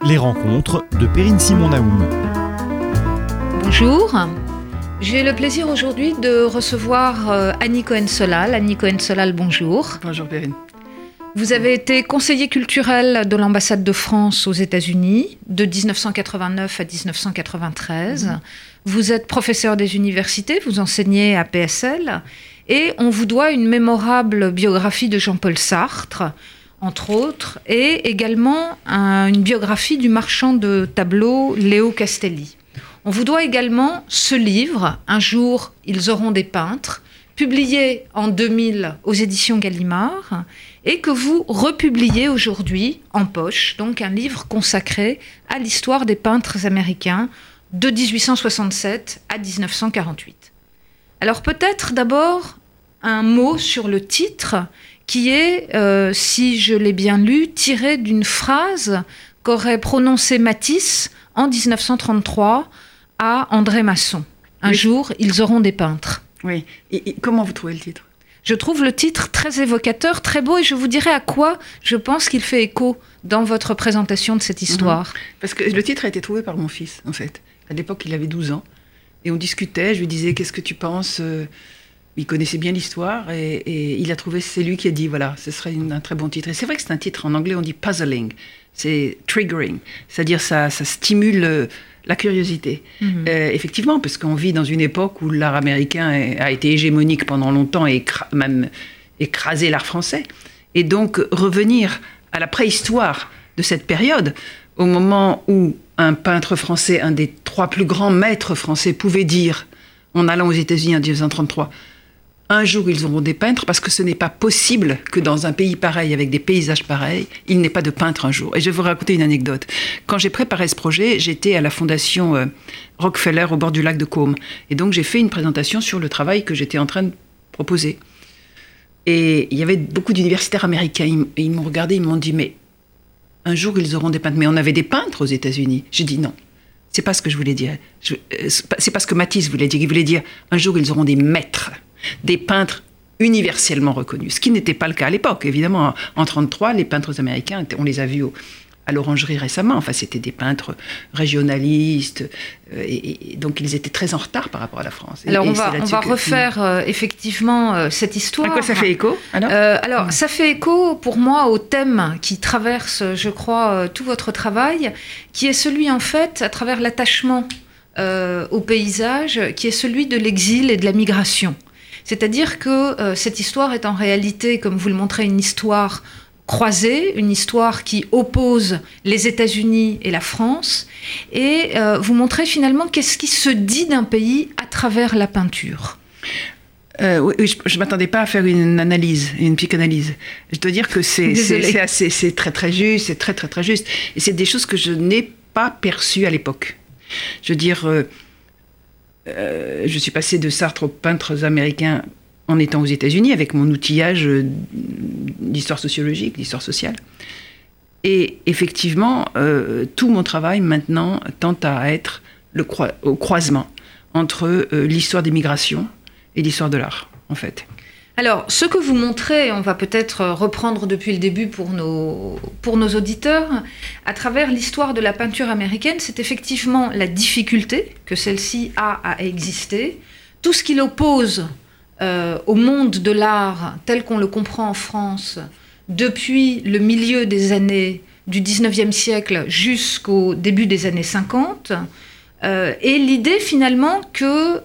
Les rencontres de Perrine Simon-Naoum. Bonjour, j'ai le plaisir aujourd'hui de recevoir Annie Cohen-Solal. Annie Cohen-Solal, bonjour. Bonjour Perrine. Vous avez été conseiller culturel de l'ambassade de France aux États-Unis de 1989 à 1993. Vous êtes professeur des universités, vous enseignez à PSL et on vous doit une mémorable biographie de Jean-Paul Sartre, entre autres, et également une biographie du marchand de tableaux Léo Castelli. On vous doit également ce livre, Un jour, ils auront des peintres, publié en 2000 aux éditions Gallimard, et que vous republiez aujourd'hui en poche, donc un livre consacré à l'histoire des peintres américains de 1867 à 1948. Alors peut-être d'abord un mot sur le titre, qui est, si je l'ai bien lu, tiré d'une phrase qu'aurait prononcée Matisse en 1933 à André Masson. Un jour, ils auront des peintres. Oui. Et comment vous trouvez le titre ? Je trouve le titre très évocateur, très beau, et je vous dirai à quoi je pense qu'il fait écho dans votre présentation de cette histoire. Parce que le titre a été trouvé par mon fils, en fait. À l'époque, il avait 12 ans. Et on discutait, je lui disais, qu'est-ce que tu penses ? Il connaissait bien l'histoire et il a trouvé, c'est lui qui a dit, voilà, ce serait un très bon titre. Et c'est vrai que c'est un titre, en anglais on dit puzzling, c'est triggering, c'est-à-dire ça stimule la curiosité. Effectivement, parce qu'on vit dans une époque où l'art américain a été hégémonique pendant longtemps et même écrasé l'art français. Et donc revenir à la préhistoire de cette période, au moment où un peintre français, un des 3 plus grands maîtres français, pouvait dire, en allant aux États-Unis en 1933, un jour, ils auront des peintres, parce que ce n'est pas possible que dans un pays pareil, avec des paysages pareils, il n'ait pas de peintre un jour. Et je vais vous raconter une anecdote. Quand j'ai préparé ce projet, j'étais à la fondation Rockefeller au bord du lac de Côme. Et donc, j'ai fait une présentation sur le travail que j'étais en train de proposer. Et il y avait beaucoup d'universitaires américains. Et ils m'ont regardé, ils m'ont dit, mais un jour, ils auront des peintres. Mais on avait des peintres aux États-Unis. J'ai dit non. C'est pas ce que je voulais dire. C'est pas ce que Matisse voulait dire. Il voulait dire, un jour, ils auront des maîtres. Des peintres universellement reconnus, ce qui n'était pas le cas à l'époque. Évidemment, en 1933, les peintres américains, on les a vus à l'Orangerie récemment, enfin c'était des peintres régionalistes, et donc ils étaient très en retard par rapport à la France. Alors on va refaire effectivement cette histoire. À quoi ça fait écho alors ça fait écho pour moi au thème qui traverse, je crois, tout votre travail, qui est celui en fait, à travers l'attachement au paysage, qui est celui de l'exil et de la migration. C'est-à-dire que cette histoire est en réalité, comme vous le montrez, une histoire croisée, une histoire qui oppose les États-Unis et la France, et vous montrez finalement qu'est-ce qui se dit d'un pays à travers la peinture. Oui, je ne m'attendais pas à faire une analyse, une psychanalyse. Je dois dire que c'est très très juste, c'est très très très juste, et c'est des choses que je n'ai pas perçues à l'époque. Je veux dire, je suis passée de Sartre aux peintres américains en étant aux États-Unis avec mon outillage d'histoire sociologique, d'histoire sociale. Et effectivement, tout mon travail maintenant tend à être au croisement entre l'histoire des migrations et l'histoire de l'art, en fait. Alors, ce que vous montrez, on va peut-être reprendre depuis le début pour nos auditeurs, à travers l'histoire de la peinture américaine, c'est effectivement la difficulté que celle-ci a à exister, tout ce qui l'oppose au monde de l'art tel qu'on le comprend en France depuis le milieu des années du 19e siècle jusqu'au début des années 50, et l'idée finalement que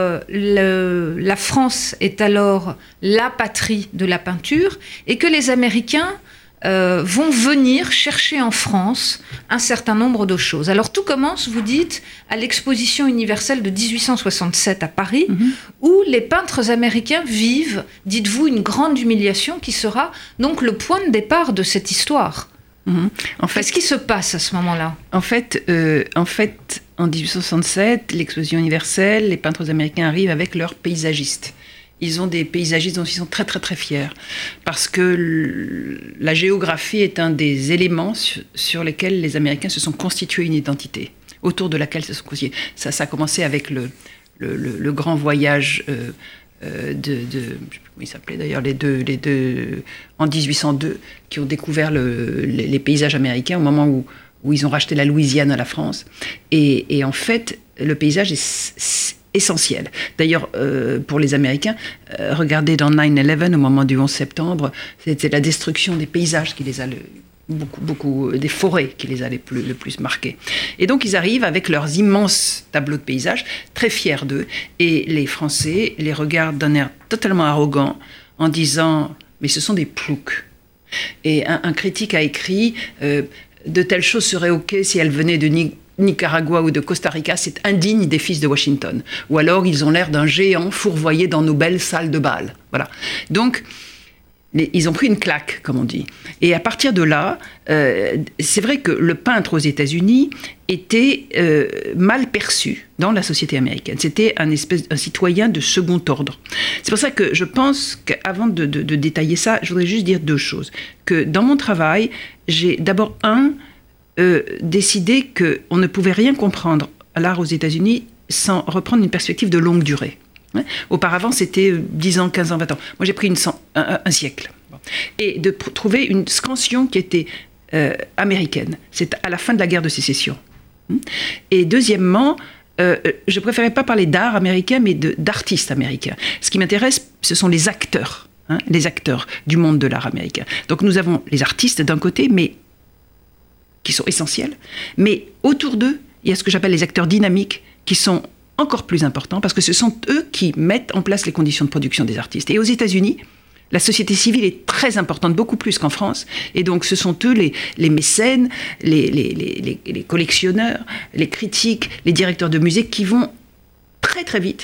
la France est alors la patrie de la peinture et que les Américains vont venir chercher en France un certain nombre de choses. Alors tout commence, vous dites, à l'exposition universelle de 1867 à Paris, où les peintres américains vivent, dites-vous, une grande humiliation qui sera donc le point de départ de cette histoire. En fait, qu'est-ce qui se passe à ce moment-là ? En fait, en 1867, l'exposition universelle, les peintres américains arrivent avec leurs paysagistes. Ils ont des paysagistes dont ils sont très très très fiers, parce que la géographie est un des éléments sur lesquels les Américains se sont constitués une identité, autour de laquelle se sont constitués. Ça a commencé avec le grand voyage je ne sais plus comment ils s'appelaient d'ailleurs, les deux en 1802, qui ont découvert les paysages américains au moment où ils ont racheté la Louisiane à la France. Et en fait, le paysage est essentiel. D'ailleurs, pour les Américains, regardez dans 9/11, au moment du 11 septembre, c'était la destruction des paysages qui les a beaucoup des forêts qui les a le plus marqués. Et donc, ils arrivent avec leurs immenses tableaux de paysages, très fiers d'eux, et les Français les regardent d'un air totalement arrogant, en disant « mais ce sont des ploucs ». Et un critique a écrit de telles choses seraient OK si elles venaient de Nicaragua ou de Costa Rica, c'est indigne des fils de Washington. Ou alors ils ont l'air d'un géant fourvoyé dans nos belles salles de bal. Voilà. Donc, ils ont pris une claque, comme on dit. Et à partir de là, c'est vrai que le peintre aux États-Unis était mal perçu dans la société américaine. C'était un citoyen de second ordre. C'est pour ça que je pense qu'avant de détailler ça, je voudrais juste dire deux choses. Que dans mon travail, j'ai d'abord décidé qu'on ne pouvait rien comprendre à l'art aux États-Unis sans reprendre une perspective de longue durée. Auparavant, c'était 10 ans, 15 ans, 20 ans. Moi, j'ai pris un siècle. Et de trouver une scansion qui était américaine. C'est à la fin de la guerre de sécession. Et deuxièmement, je ne préférais pas parler d'art américain, mais d'artistes américains. Ce qui m'intéresse, ce sont les acteurs du monde de l'art américain. Donc, nous avons les artistes d'un côté, mais qui sont essentiels. Mais autour d'eux, il y a ce que j'appelle les acteurs dynamiques, qui sont encore plus importants, parce que ce sont eux qui mettent en place les conditions de production des artistes. Et aux États-Unis, la société civile est très importante, beaucoup plus qu'en France. Et donc, ce sont eux les mécènes, les collectionneurs, les critiques, les directeurs de musée qui vont très, très vite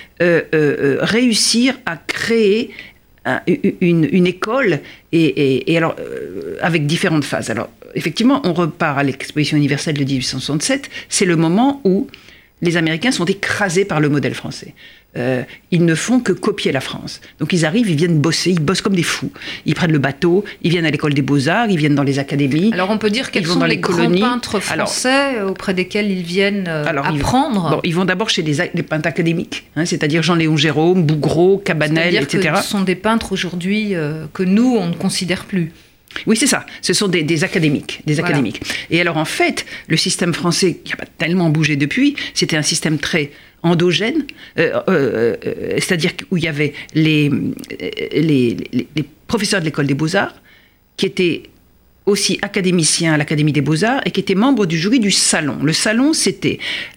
réussir à créer une école, et alors, avec différentes phases. Alors, effectivement, on repart à l'exposition universelle de 1867. C'est le moment où les Américains sont écrasés par le modèle français. Ils ne font que copier la France. Donc ils arrivent, ils viennent bosser, ils bossent comme des fous. Ils prennent le bateau, ils viennent à l'école des beaux-arts, ils viennent dans les académies. Alors on peut dire quels sont les grands peintres français auprès desquels ils viennent apprendre. Ils vont d'abord chez les peintres académiques, c'est-à-dire Jean-Léon Gérôme, Bougreau, Cabanel, etc. Que ce sont des peintres aujourd'hui que nous, on ne considère plus. Oui, c'est ça. Ce sont des académiques. Et alors, en fait, le système français, qui n'a pas tellement bougé depuis, c'était un système très endogène, c'est-à-dire où il y avait les professeurs de l'école des beaux-arts, qui étaient aussi académiciens à l'Académie des beaux-arts et qui étaient membres du jury du Salon. Le Salon, c'était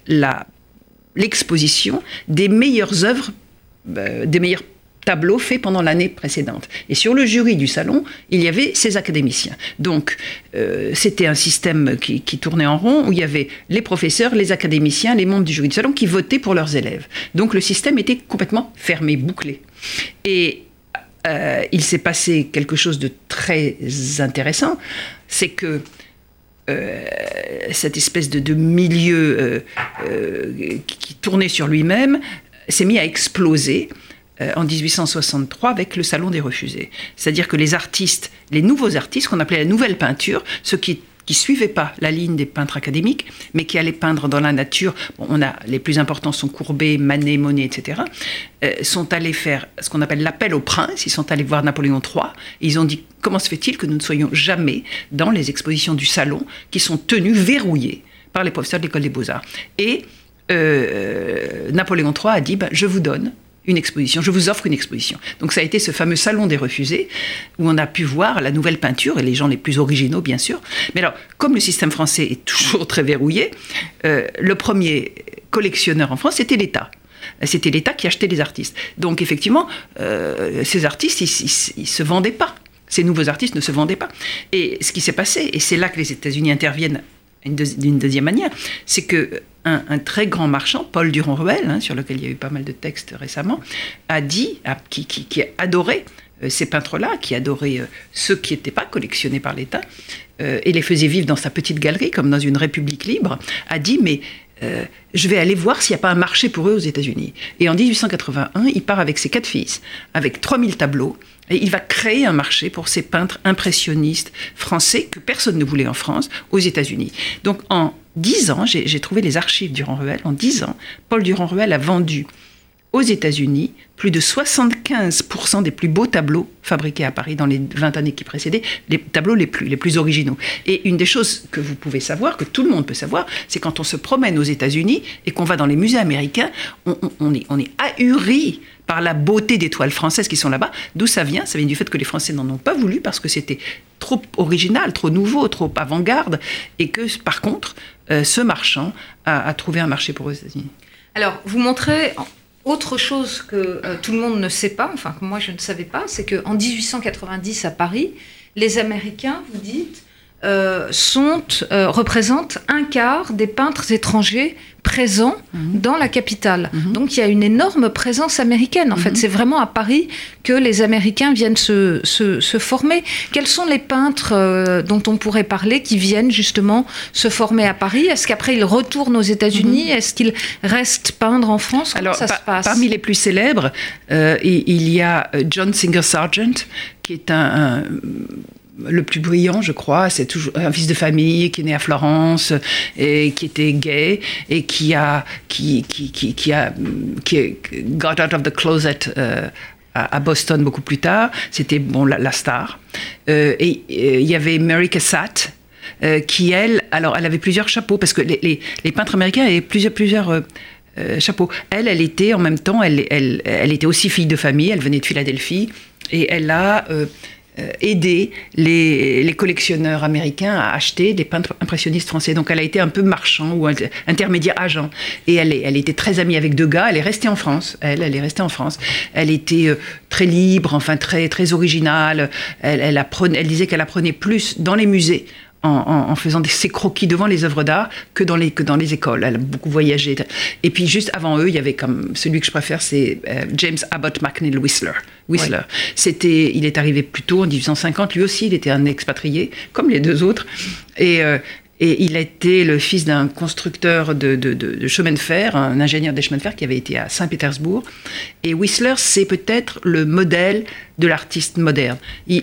l'exposition des meilleures œuvres, des meilleurs tableaux faits pendant l'année précédente. Et sur le jury du Salon, il y avait ces académiciens. Donc, c'était un système qui tournait en rond, où il y avait les professeurs, les académiciens, les membres du jury du Salon qui votaient pour leurs élèves. Donc, le système était complètement fermé, bouclé. Et il s'est passé quelque chose de très intéressant, c'est que cette espèce de milieu qui tournait sur lui-même s'est mis à exploser en 1863 avec le Salon des Refusés. C'est-à-dire que les artistes, les nouveaux artistes, qu'on appelait la nouvelle peinture, ceux qui suivaient pas la ligne des peintres académiques, mais qui allaient peindre dans la nature, les plus importants sont Courbet, Manet, Monet, etc., sont allés faire ce qu'on appelle l'appel aux princes, ils sont allés voir Napoléon III, et ils ont dit « Comment se fait-il que nous ne soyons jamais dans les expositions du Salon qui sont tenues verrouillées par les professeurs de l'école des beaux-arts ?» Et Napoléon III a dit « Je vous donne une exposition, je vous offre une exposition. » Donc ça a été ce fameux Salon des Refusés, où on a pu voir la nouvelle peinture, et les gens les plus originaux, bien sûr. Mais alors, comme le système français est toujours très verrouillé, le premier collectionneur en France, c'était l'État. C'était l'État qui achetait les artistes. Donc effectivement, ces artistes, ils se vendaient pas. Ces nouveaux artistes ne se vendaient pas. Et ce qui s'est passé, et c'est là que les États-Unis interviennent d'une deuxième manière, c'est que un très grand marchand, Paul Durand-Ruel, sur lequel il y a eu pas mal de textes récemment, a dit, qui adorait ces peintres-là, qui adorait ceux qui n'étaient pas collectionnés par l'État, et les faisait vivre dans sa petite galerie, comme dans une république libre, a dit, mais je vais aller voir s'il n'y a pas un marché pour eux aux États-Unis. Et en 1881, il part avec ses 4 fils, avec 3000 tableaux, et il va créer un marché pour ces peintres impressionnistes français que personne ne voulait en France, aux États-Unis. Donc en 10 ans, j'ai trouvé les archives Durand-Ruel, en 10 ans, Paul Durand-Ruel a vendu aux États-Unis, plus de 75% des plus beaux tableaux fabriqués à Paris dans les 20 années qui précédaient, les tableaux les plus originaux. Et une des choses que vous pouvez savoir, que tout le monde peut savoir, c'est quand on se promène aux États-Unis et qu'on va dans les musées américains, on est ahuri par la beauté des toiles françaises qui sont là-bas. D'où ça vient? Ça vient du fait que les Français n'en ont pas voulu parce que c'était trop original, trop nouveau, trop avant-garde, et que, par contre, ce marchand a trouvé un marché pour les États-Unis. Alors, vous montrez autre chose que tout le monde ne sait pas, enfin que moi je ne savais pas, c'est qu'en 1890 à Paris, les Américains, vous dites, représentent un quart des peintres étrangers présents dans la capitale. Donc il y a une énorme présence américaine. En fait, c'est vraiment à Paris que les Américains viennent se former. Quels sont les peintres dont on pourrait parler qui viennent justement se former à Paris? Est-ce qu'après ils retournent aux États-Unis? Est-ce qu'ils restent peindre en France? Comment ça se passe? Parmi les plus célèbres, il y a John Singer Sargent, qui est le plus brillant, je crois. C'est toujours un fils de famille qui est né à Florence et qui était gay et qui got out of the closet à Boston beaucoup plus tard. C'était la star. Et il y avait Mary Cassatt, qui elle avait plusieurs chapeaux parce que les peintres américains avaient plusieurs chapeaux. Elle était en même temps, elle était aussi fille de famille. Elle venait de Philadelphie et elle a aider les collectionneurs américains à acheter des peintres impressionnistes français. Donc elle a été un peu marchand ou intermédiaire agent. Et elle était très amie avec Degas. Elle est restée en France. Elle est restée en France. Elle était très libre, enfin très, très originale. Elle disait qu'elle apprenait plus dans les musées en faisant ses croquis devant les œuvres d'art que dans les écoles. Elle a beaucoup voyagé. Et puis juste avant eux, il y avait comme celui que je préfère, c'est James Abbott McNeill Whistler. Oui. Il est arrivé plus tôt en 1850. Lui aussi, il était un expatrié, comme les deux autres. Et il a été le fils d'un constructeur de chemin de fer, un ingénieur des chemins de fer qui avait été à Saint-Pétersbourg. Et Whistler, c'est peut-être le modèle de l'artiste moderne.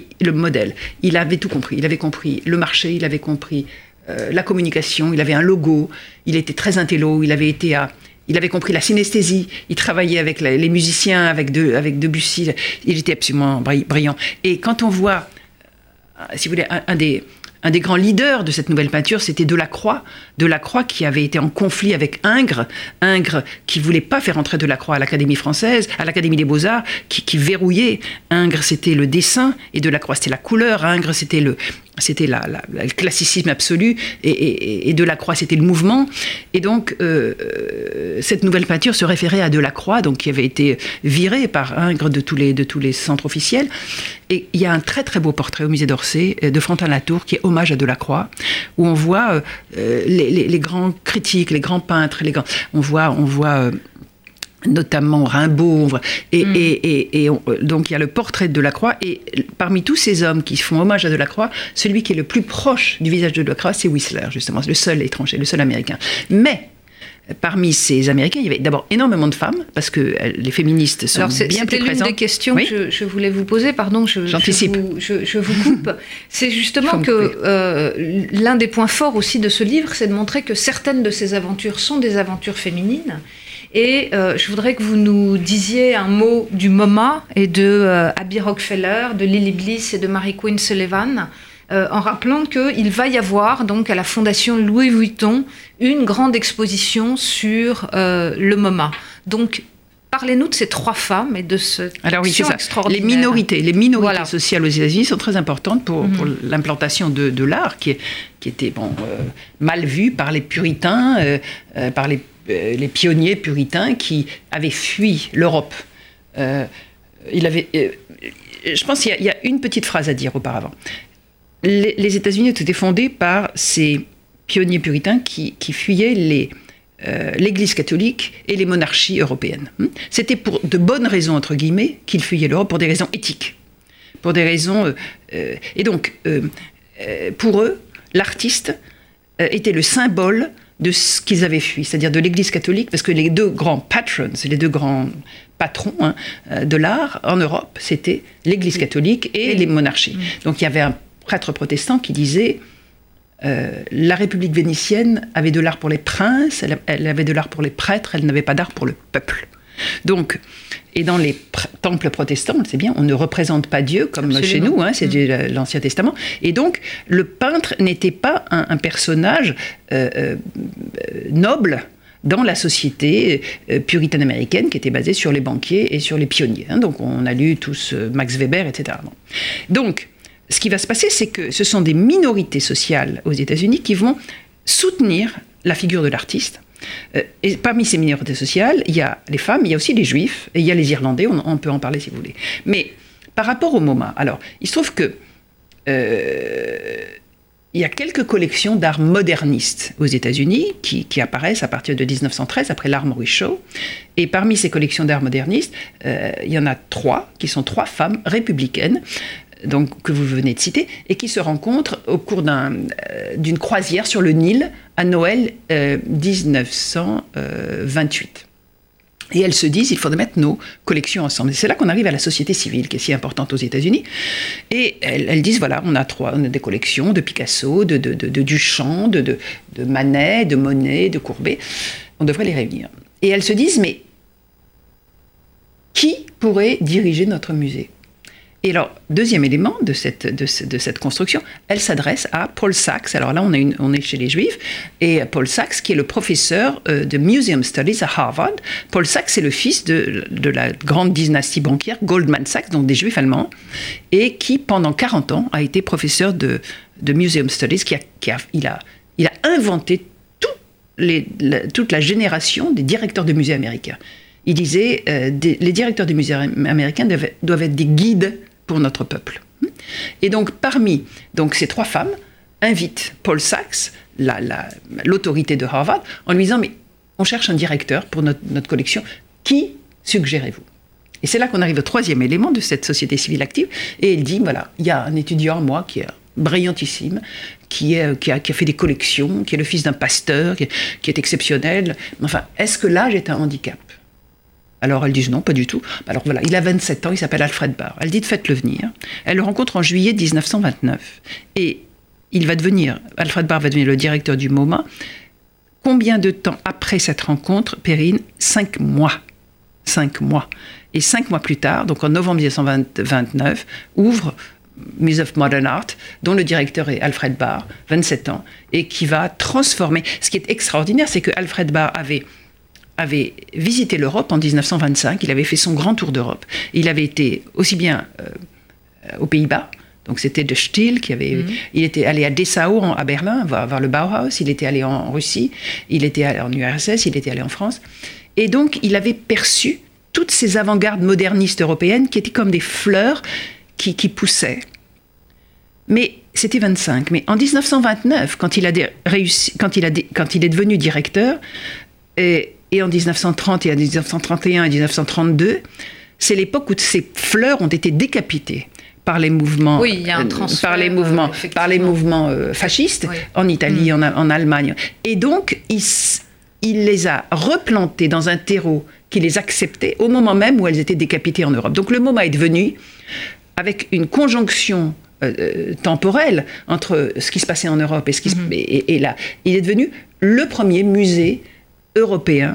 Il avait tout compris. Il avait compris le marché, il avait compris la communication, il avait un logo, il était très intello, il avait compris la synesthésie, il travaillait avec les musiciens, avec Debussy, il était absolument brillant. Et quand on voit, si vous voulez, un des grands leaders de cette nouvelle peinture, c'était Delacroix. Delacroix qui avait été en conflit avec Ingres qui voulait pas faire entrer Delacroix à l'Académie française, à l'Académie des Beaux-Arts, qui verrouillait. Ingres, c'était le dessin, et Delacroix, c'était la couleur. Ingres, c'était le classicisme absolu, et Delacroix, c'était le mouvement. Et donc, cette nouvelle peinture se référait à Delacroix, donc qui avait été viré par Ingres de tous les centres officiels. Et il y a un très très beau portrait au musée d'Orsay de Frontin-Latour qui est hommage à Delacroix, où on voit les grands critiques, les grands peintres, on voit notamment Rimbaud, donc il y a le portrait de Delacroix, et parmi tous ces hommes qui font hommage à Delacroix, celui qui est le plus proche du visage de Delacroix, c'est Whistler, justement, le seul étranger, le seul américain. Mais parmi ces Américains, il y avait d'abord énormément de femmes, parce que les féministes sont bien plus présentes. C'était l'une des questions que je voulais vous poser, pardon, j'anticipe. Je vous coupe. C'est justement que l'un des points forts aussi de ce livre, c'est de montrer que certaines de ces aventures sont des aventures féminines. Et je voudrais que vous nous disiez un mot du MoMA et de Abby Rockefeller, de Lily Bliss et de Mary Queen Sullivan, en rappelant qu'il va y avoir donc à la Fondation Louis Vuitton une grande exposition sur le MoMA. Donc, parlez-nous de ces trois femmes et de cette action extraordinaire. Les minorités sociales aux États-Unis sont très importantes pour l'implantation de l'art qui était mal vu par les puritains, par les pionniers puritains qui avaient fui l'Europe. Je pense qu'il y a une petite phrase à dire auparavant. Les États-Unis étaient fondés par ces pionniers puritains qui fuyaient l'Église catholique et les monarchies européennes. C'était pour de bonnes raisons, entre guillemets, qu'ils fuyaient l'Europe, pour des raisons éthiques. Pour des raisons... et donc, pour eux, l'artiste était le symbole de ce qu'ils avaient fui, c'est-à-dire de l'Église catholique, parce que les deux grands patrons, les deux grands patrons de l'art en Europe, c'était l'Église catholique et les monarchies. Donc il y avait un prêtre protestant qui disait la République vénitienne avait de l'art pour les princes, elle avait de l'art pour les prêtres, elle n'avait pas d'art pour le peuple. Donc, et dans les temples protestants, on le sait bien, on ne représente pas Dieu comme chez nous, c'est l'Ancien Testament. Et donc, le peintre n'était pas un personnage noble dans la société puritaine américaine qui était basée sur les banquiers et sur les pionniers. Donc, on a lu tous Max Weber, etc. Donc, ce qui va se passer, c'est que ce sont des minorités sociales aux États-Unis qui vont soutenir la figure de l'artiste. Et parmi ces minorités sociales, il y a les femmes, il y a aussi les juifs, et il y a les Irlandais, on peut en parler si vous voulez. Mais par rapport au MoMA, alors, il se trouve que il y a quelques collections d'art moderniste aux États-Unis qui apparaissent à partir de 1913, après l'Armory Show. Et parmi ces collections d'art moderniste, il y en a 3, qui sont 3 femmes républicaines, donc, que vous venez de citer, et qui se rencontrent au cours d'une croisière sur le Nil à Noël 1928. Et elles se disent, il faudrait mettre nos collections ensemble. Et c'est là qu'on arrive à la société civile, qui est si importante aux États-Unis. Et elles disent, voilà, on a des collections de Picasso, de Duchamp, de Manet, de Monet, de Courbet. On devrait les réunir. Et elles se disent, mais qui pourrait diriger notre musée ? Et alors, deuxième élément de cette construction, elle s'adresse à Paul Sachs. Alors là, on est chez les Juifs. Et Paul Sachs, qui est le professeur de Museum Studies à Harvard. Paul Sachs, c'est le fils de la grande dynastie bancaire Goldman Sachs, donc des Juifs allemands, et qui, pendant 40 ans, a été professeur de Museum Studies, il a inventé toute la génération des directeurs de musées américains. Il disait, les directeurs des musées américains doivent être des guides pour notre peuple. Et donc, parmi ces 3 femmes, invitent Paul Sachs, l'autorité de Harvard, en lui disant, mais on cherche un directeur pour notre collection, qui suggérez-vous ? Et c'est là qu'on arrive au 3e élément de cette société civile active, et il dit, voilà, il y a un étudiant, moi, qui est brillantissime, qui a fait des collections, qui est le fils d'un pasteur, qui est exceptionnel. Enfin, est-ce que l'âge est un handicap ? Alors elles disent non, pas du tout. Alors voilà, il a 27 ans, il s'appelle Alfred Barr. Elle dit faites-le venir. Elle le rencontre en juillet 1929. Et Alfred Barr va devenir le directeur du MoMA. Combien de temps après cette rencontre, Perrine ? 5 mois. 5 mois. Et 5 mois plus tard, donc en novembre 1929, ouvre Museum of Modern Art, dont le directeur est Alfred Barr, 27 ans, et qui va transformer. Ce qui est extraordinaire, c'est que Alfred Barr avait visité l'Europe en 1925, il avait fait son grand tour d'Europe. Il avait été aussi bien aux Pays-Bas, donc c'était de Stiel il était allé à Dessau à Berlin, voir le Bauhaus, il était allé en Russie, il était allé en URSS, il était allé en France. Et donc il avait perçu toutes ces avant-gardes modernistes européennes qui étaient comme des fleurs qui poussaient. Mais c'était 25. Mais en 1929, quand il est devenu directeur, et en 1930 et en 1931 et 1932, c'est l'époque où ces fleurs ont été décapitées par les mouvements, par les mouvements fascistes en Italie, en Allemagne. Et donc, il les a replantées dans un terreau qui les acceptait au moment même où elles étaient décapitées en Europe. Donc le MoMA est devenu, avec une conjonction temporelle entre ce qui se passait en Europe et là, il est devenu le premier musée européen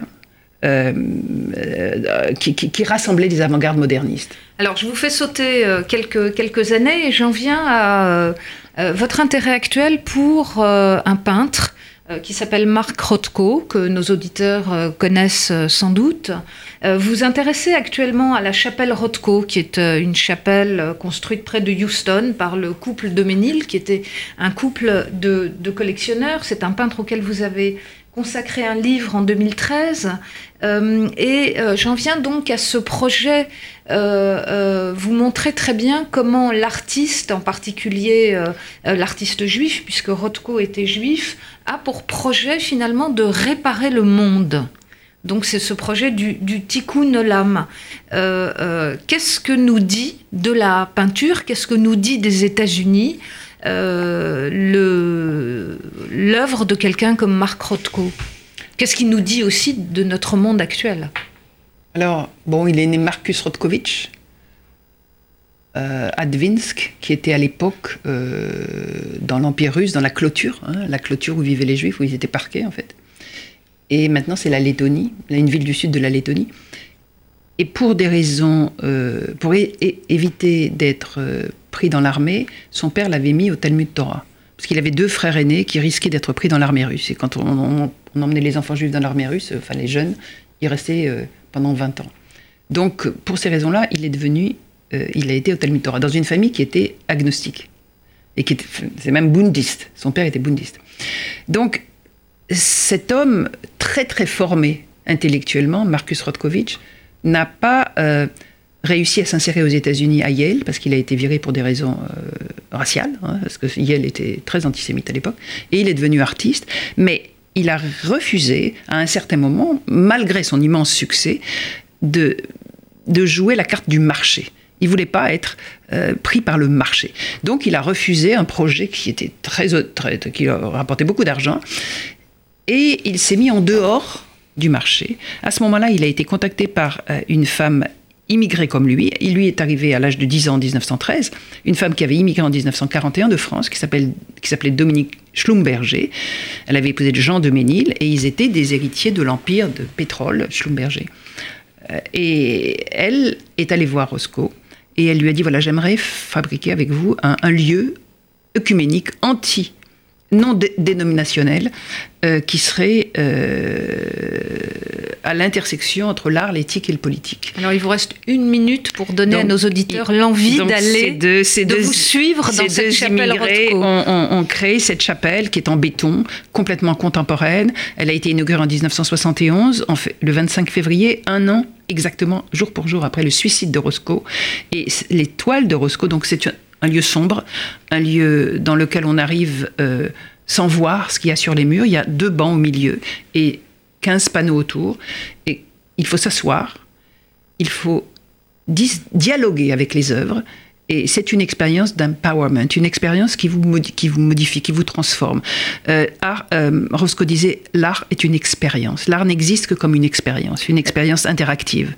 qui rassemblait des avant-gardes modernistes. Alors, je vous fais sauter quelques années et j'en viens à votre intérêt actuel pour un peintre qui s'appelle Mark Rothko, que nos auditeurs connaissent sans doute. Vous intéressez actuellement à la chapelle Rothko, qui est une chapelle construite près de Houston par le couple de Ménil, qui était un couple de collectionneurs. C'est un peintre auquel vous avez consacré un livre en 2013, et j'en viens donc à ce projet. Vous montrez très bien comment l'artiste, en particulier l'artiste juif, puisque Rothko était juif, a pour projet finalement de réparer le monde. Donc c'est ce projet du Tikkun Olam. Qu'est-ce que nous dit de la peinture ? Qu'est-ce que nous dit des États-Unis l'œuvre de quelqu'un comme Mark Rothko? Qu'est-ce qu'il nous dit aussi de notre monde actuel? Alors, il est né Marcus Rothkowicz à Dvinsk, qui était à l'époque dans l'Empire russe, dans la clôture où vivaient les Juifs, où ils étaient parqués en fait. Et maintenant, c'est la Lettonie, une ville du sud de la Lettonie. Et pour des raisons, pour éviter d'être pris dans l'armée, son père l'avait mis au Talmud Torah. Parce qu'il avait 2 frères aînés qui risquaient d'être pris dans l'armée russe. Et quand on emmenait les enfants juifs dans l'armée russe, enfin les jeunes, ils restaient pendant 20 ans. Donc, pour ces raisons-là, il a été au Talmud Torah, dans une famille qui était agnostique. Et c'est même bouddhiste. Son père était bouddhiste. Donc, cet homme très très formé intellectuellement, Marcus Rodkovich, n'a pas réussi à s'insérer aux États-Unis à Yale, parce qu'il a été viré pour des raisons raciales, parce que Yale était très antisémite à l'époque, et il est devenu artiste, mais il a refusé, à un certain moment, malgré son immense succès, de jouer la carte du marché. Il ne voulait pas être pris par le marché. Donc il a refusé un projet qui était qui rapportait beaucoup d'argent, et il s'est mis en dehors du marché. À ce moment-là, il a été contacté par une femme immigrée comme lui. Il lui est arrivé à l'âge de 10 ans en 1913, une femme qui avait immigré en 1941 de France, qui s'appelait Dominique Schlumberger. Elle avait épousé Jean de Ménil, et ils étaient des héritiers de l'empire de pétrole Schlumberger. Et elle est allée voir Roscoe, et elle lui a dit, voilà, j'aimerais fabriquer avec vous un lieu œcuménique, non dénominationnel, qui serait à l'intersection entre l'art, l'éthique et le politique. Alors, il vous reste 1 minute pour donner à nos auditeurs l'envie d'aller, de vous suivre dans cette chapelle Rothko. On crée cette chapelle qui est en béton, complètement contemporaine. Elle a été inaugurée en 1971, le 25 février, 1 an exactement, jour pour jour, après le suicide de Roscoe. Et les toiles de Roscoe, donc c'est un lieu sombre, un lieu dans lequel on arrive sans voir ce qu'il y a sur les murs. Il y a 2 bancs au milieu et 15 panneaux autour. Et il faut s'asseoir, il faut dialoguer avec les œuvres. Et c'est une expérience d'empowerment, une expérience qui vous modifie, qui vous transforme. Roscoe disait, l'art est une expérience. L'art n'existe que comme une expérience interactive.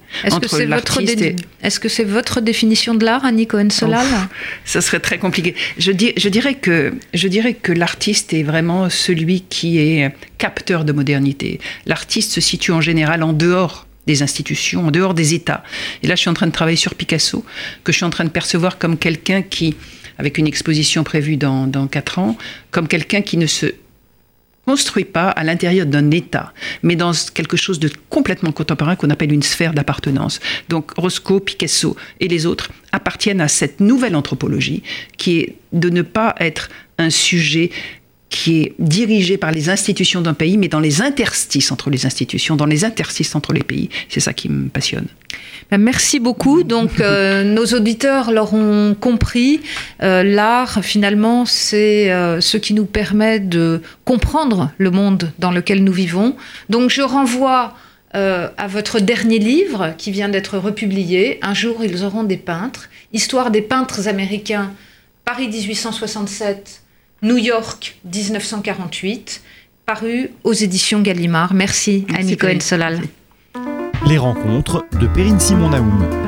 Est-ce que c'est votre définition de l'art, Annie Cohen-Solal ? Ça serait très compliqué. Je dirais que l'artiste est vraiment celui qui est capteur de modernité. L'artiste se situe en général en dehors des institutions, en dehors des États. Et là, je suis en train de travailler sur Picasso, que je suis en train de percevoir comme quelqu'un qui, avec une exposition prévue dans 4 ans, comme quelqu'un qui ne se construit pas à l'intérieur d'un État, mais dans quelque chose de complètement contemporain qu'on appelle une sphère d'appartenance. Donc Roscoe, Picasso et les autres appartiennent à cette nouvelle anthropologie qui est de ne pas être un sujet qui est dirigé par les institutions d'un pays, mais dans les interstices entre les institutions, dans les interstices entre les pays. C'est ça qui me passionne. Merci beaucoup. Donc, nos auditeurs l'auront compris. L'art, finalement, c'est ce qui nous permet de comprendre le monde dans lequel nous vivons. Donc, je renvoie à votre dernier livre qui vient d'être republié. Un jour, ils auront des peintres. Histoire des peintres américains, Paris 1867, New York 1948, paru aux éditions Gallimard. Merci Annie Cohen-Solal. Les rencontres de Perrine Simon-Naoum.